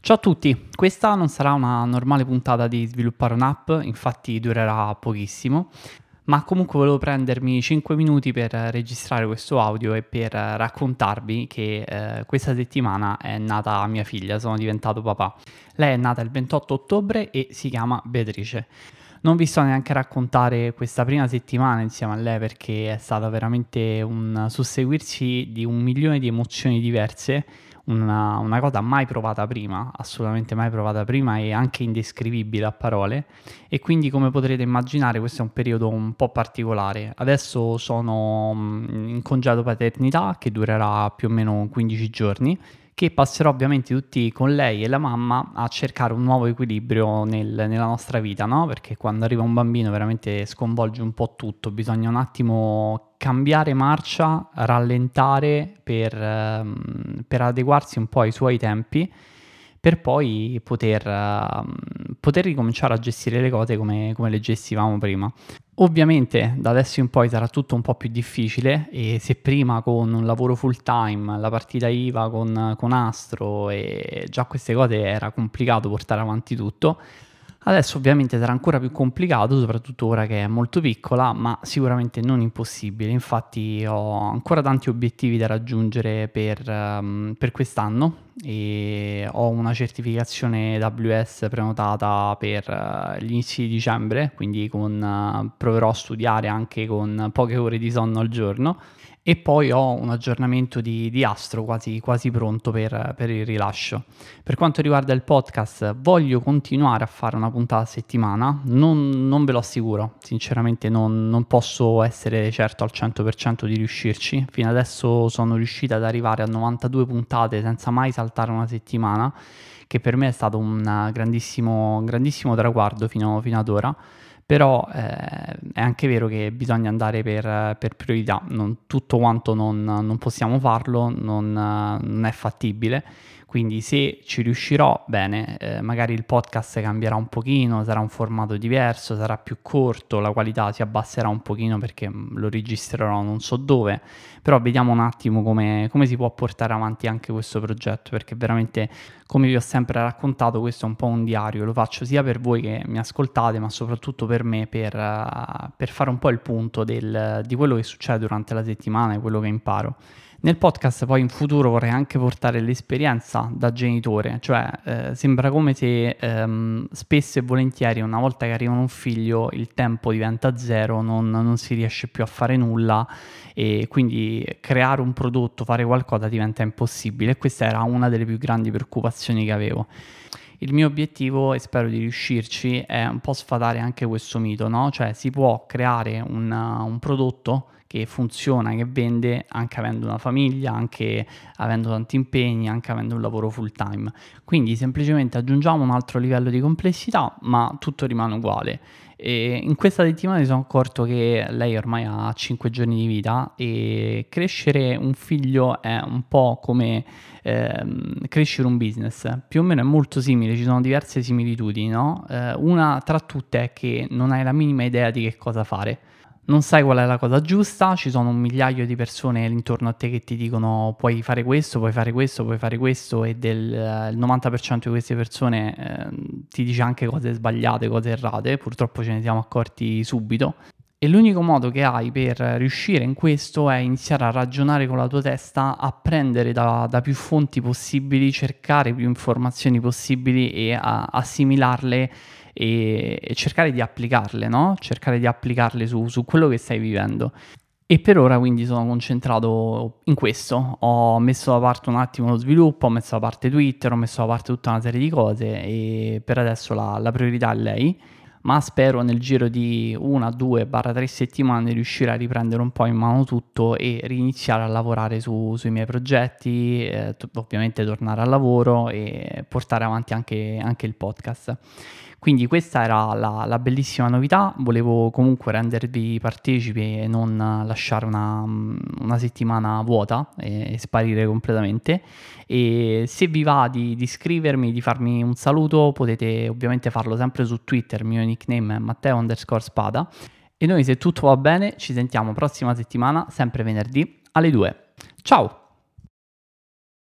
Ciao a tutti, questa non sarà una normale puntata di Sviluppare un'app, infatti durerà pochissimo, ma comunque volevo prendermi 5 minuti per registrare questo audio e per raccontarvi che questa settimana è nata mia figlia, sono diventato papà. Lei è nata il 28 ottobre e si chiama Beatrice. Non vi sto neanche a raccontare questa prima settimana insieme a lei perché è stata veramente un susseguirsi di 1 milione di emozioni diverse, una cosa mai provata prima, assolutamente mai provata prima e anche indescrivibile a parole. E quindi, come potrete immaginare, questo è un periodo un po' particolare. Adesso sono in congedo paternità che durerà più o meno 15 giorni, che passerò ovviamente tutti con lei e la mamma a cercare un nuovo equilibrio nella nostra vita, no? Perché quando arriva un bambino veramente sconvolge un po' tutto, bisogna un attimo cambiare marcia, rallentare per adeguarsi un po' ai suoi tempi, per poi poter ricominciare a gestire le cose come le gestivamo prima. Ovviamente da adesso in poi sarà tutto un po' più difficile e se prima con un lavoro full time, la partita IVA con Astro e già queste cose era complicato portare avanti tutto, adesso ovviamente sarà ancora più complicato, soprattutto ora che è molto piccola, ma sicuramente non impossibile. Infatti ho ancora tanti obiettivi da raggiungere per quest'anno e ho una certificazione AWS prenotata per gli inizi di dicembre, quindi proverò a studiare anche con poche ore di sonno al giorno. E poi ho un aggiornamento di Astro quasi pronto per il rilascio. Per quanto riguarda il podcast, voglio continuare a fare una puntata a settimana, non ve lo assicuro, sinceramente non posso essere certo al 100% di riuscirci. Fino adesso sono riuscito ad arrivare a 92 puntate senza mai saltare una settimana, che per me è stato un grandissimo traguardo fino ad ora. Però è anche vero che bisogna andare per priorità, non tutto quanto non possiamo farlo, non è fattibile, quindi se ci riuscirò bene, magari il podcast cambierà un pochino, sarà un formato diverso, sarà più corto, la qualità si abbasserà un pochino perché lo registrerò non so dove, però vediamo un attimo come si può portare avanti anche questo progetto, perché veramente, come vi ho sempre raccontato, questo è un po' un diario, lo faccio sia per voi che mi ascoltate, ma soprattutto per me, per fare un po' il punto di quello che succede durante la settimana e quello che imparo. Nel podcast poi in futuro vorrei anche portare l'esperienza da genitore, cioè sembra come se spesso e volentieri una volta che arriva un figlio il tempo diventa zero, non si riesce più a fare nulla e quindi creare un prodotto, fare qualcosa diventa impossibile e questa era una delle più grandi preoccupazioni che avevo. Il mio obiettivo, e spero di riuscirci, è un po' sfatare anche questo mito, no? Cioè si può creare un prodotto che funziona, che vende anche avendo una famiglia, anche avendo tanti impegni, anche avendo un lavoro full time. Quindi semplicemente aggiungiamo un altro livello di complessità, ma tutto rimane uguale. E in questa settimana mi sono accorto che lei ormai ha 5 giorni di vita e crescere un figlio è un po' come crescere un business, più o meno è molto simile, ci sono diverse similitudini, no? Una tra tutte è che non hai la minima idea di che cosa fare. Non sai qual è la cosa giusta, ci sono 1 migliaio di persone intorno a te che ti dicono puoi fare questo, puoi fare questo, puoi fare questo e il 90% di queste persone ti dice anche cose sbagliate, cose errate, purtroppo ce ne siamo accorti subito. E l'unico modo che hai per riuscire in questo è iniziare a ragionare con la tua testa, apprendere da più fonti possibili, cercare più informazioni possibili e assimilarle e cercare di applicarle, no? Cercare di applicarle su quello che stai vivendo. E per ora quindi sono concentrato in questo, ho messo da parte un attimo lo sviluppo, ho messo da parte Twitter, ho messo da parte tutta una serie di cose e per adesso la priorità è lei, ma spero nel giro di 1, 2/3 settimane riuscire a riprendere un po' in mano tutto e riniziare a lavorare sui miei progetti, ovviamente tornare al lavoro e portare avanti anche il podcast. Quindi questa era la bellissima novità, volevo comunque rendervi partecipi e non lasciare una settimana vuota e sparire completamente. E se vi va di scrivermi, di farmi un saluto, potete ovviamente farlo sempre su Twitter, il mio nickname è Matteo_Spada. E noi, se tutto va bene, ci sentiamo prossima settimana, sempre venerdì alle 2. Ciao!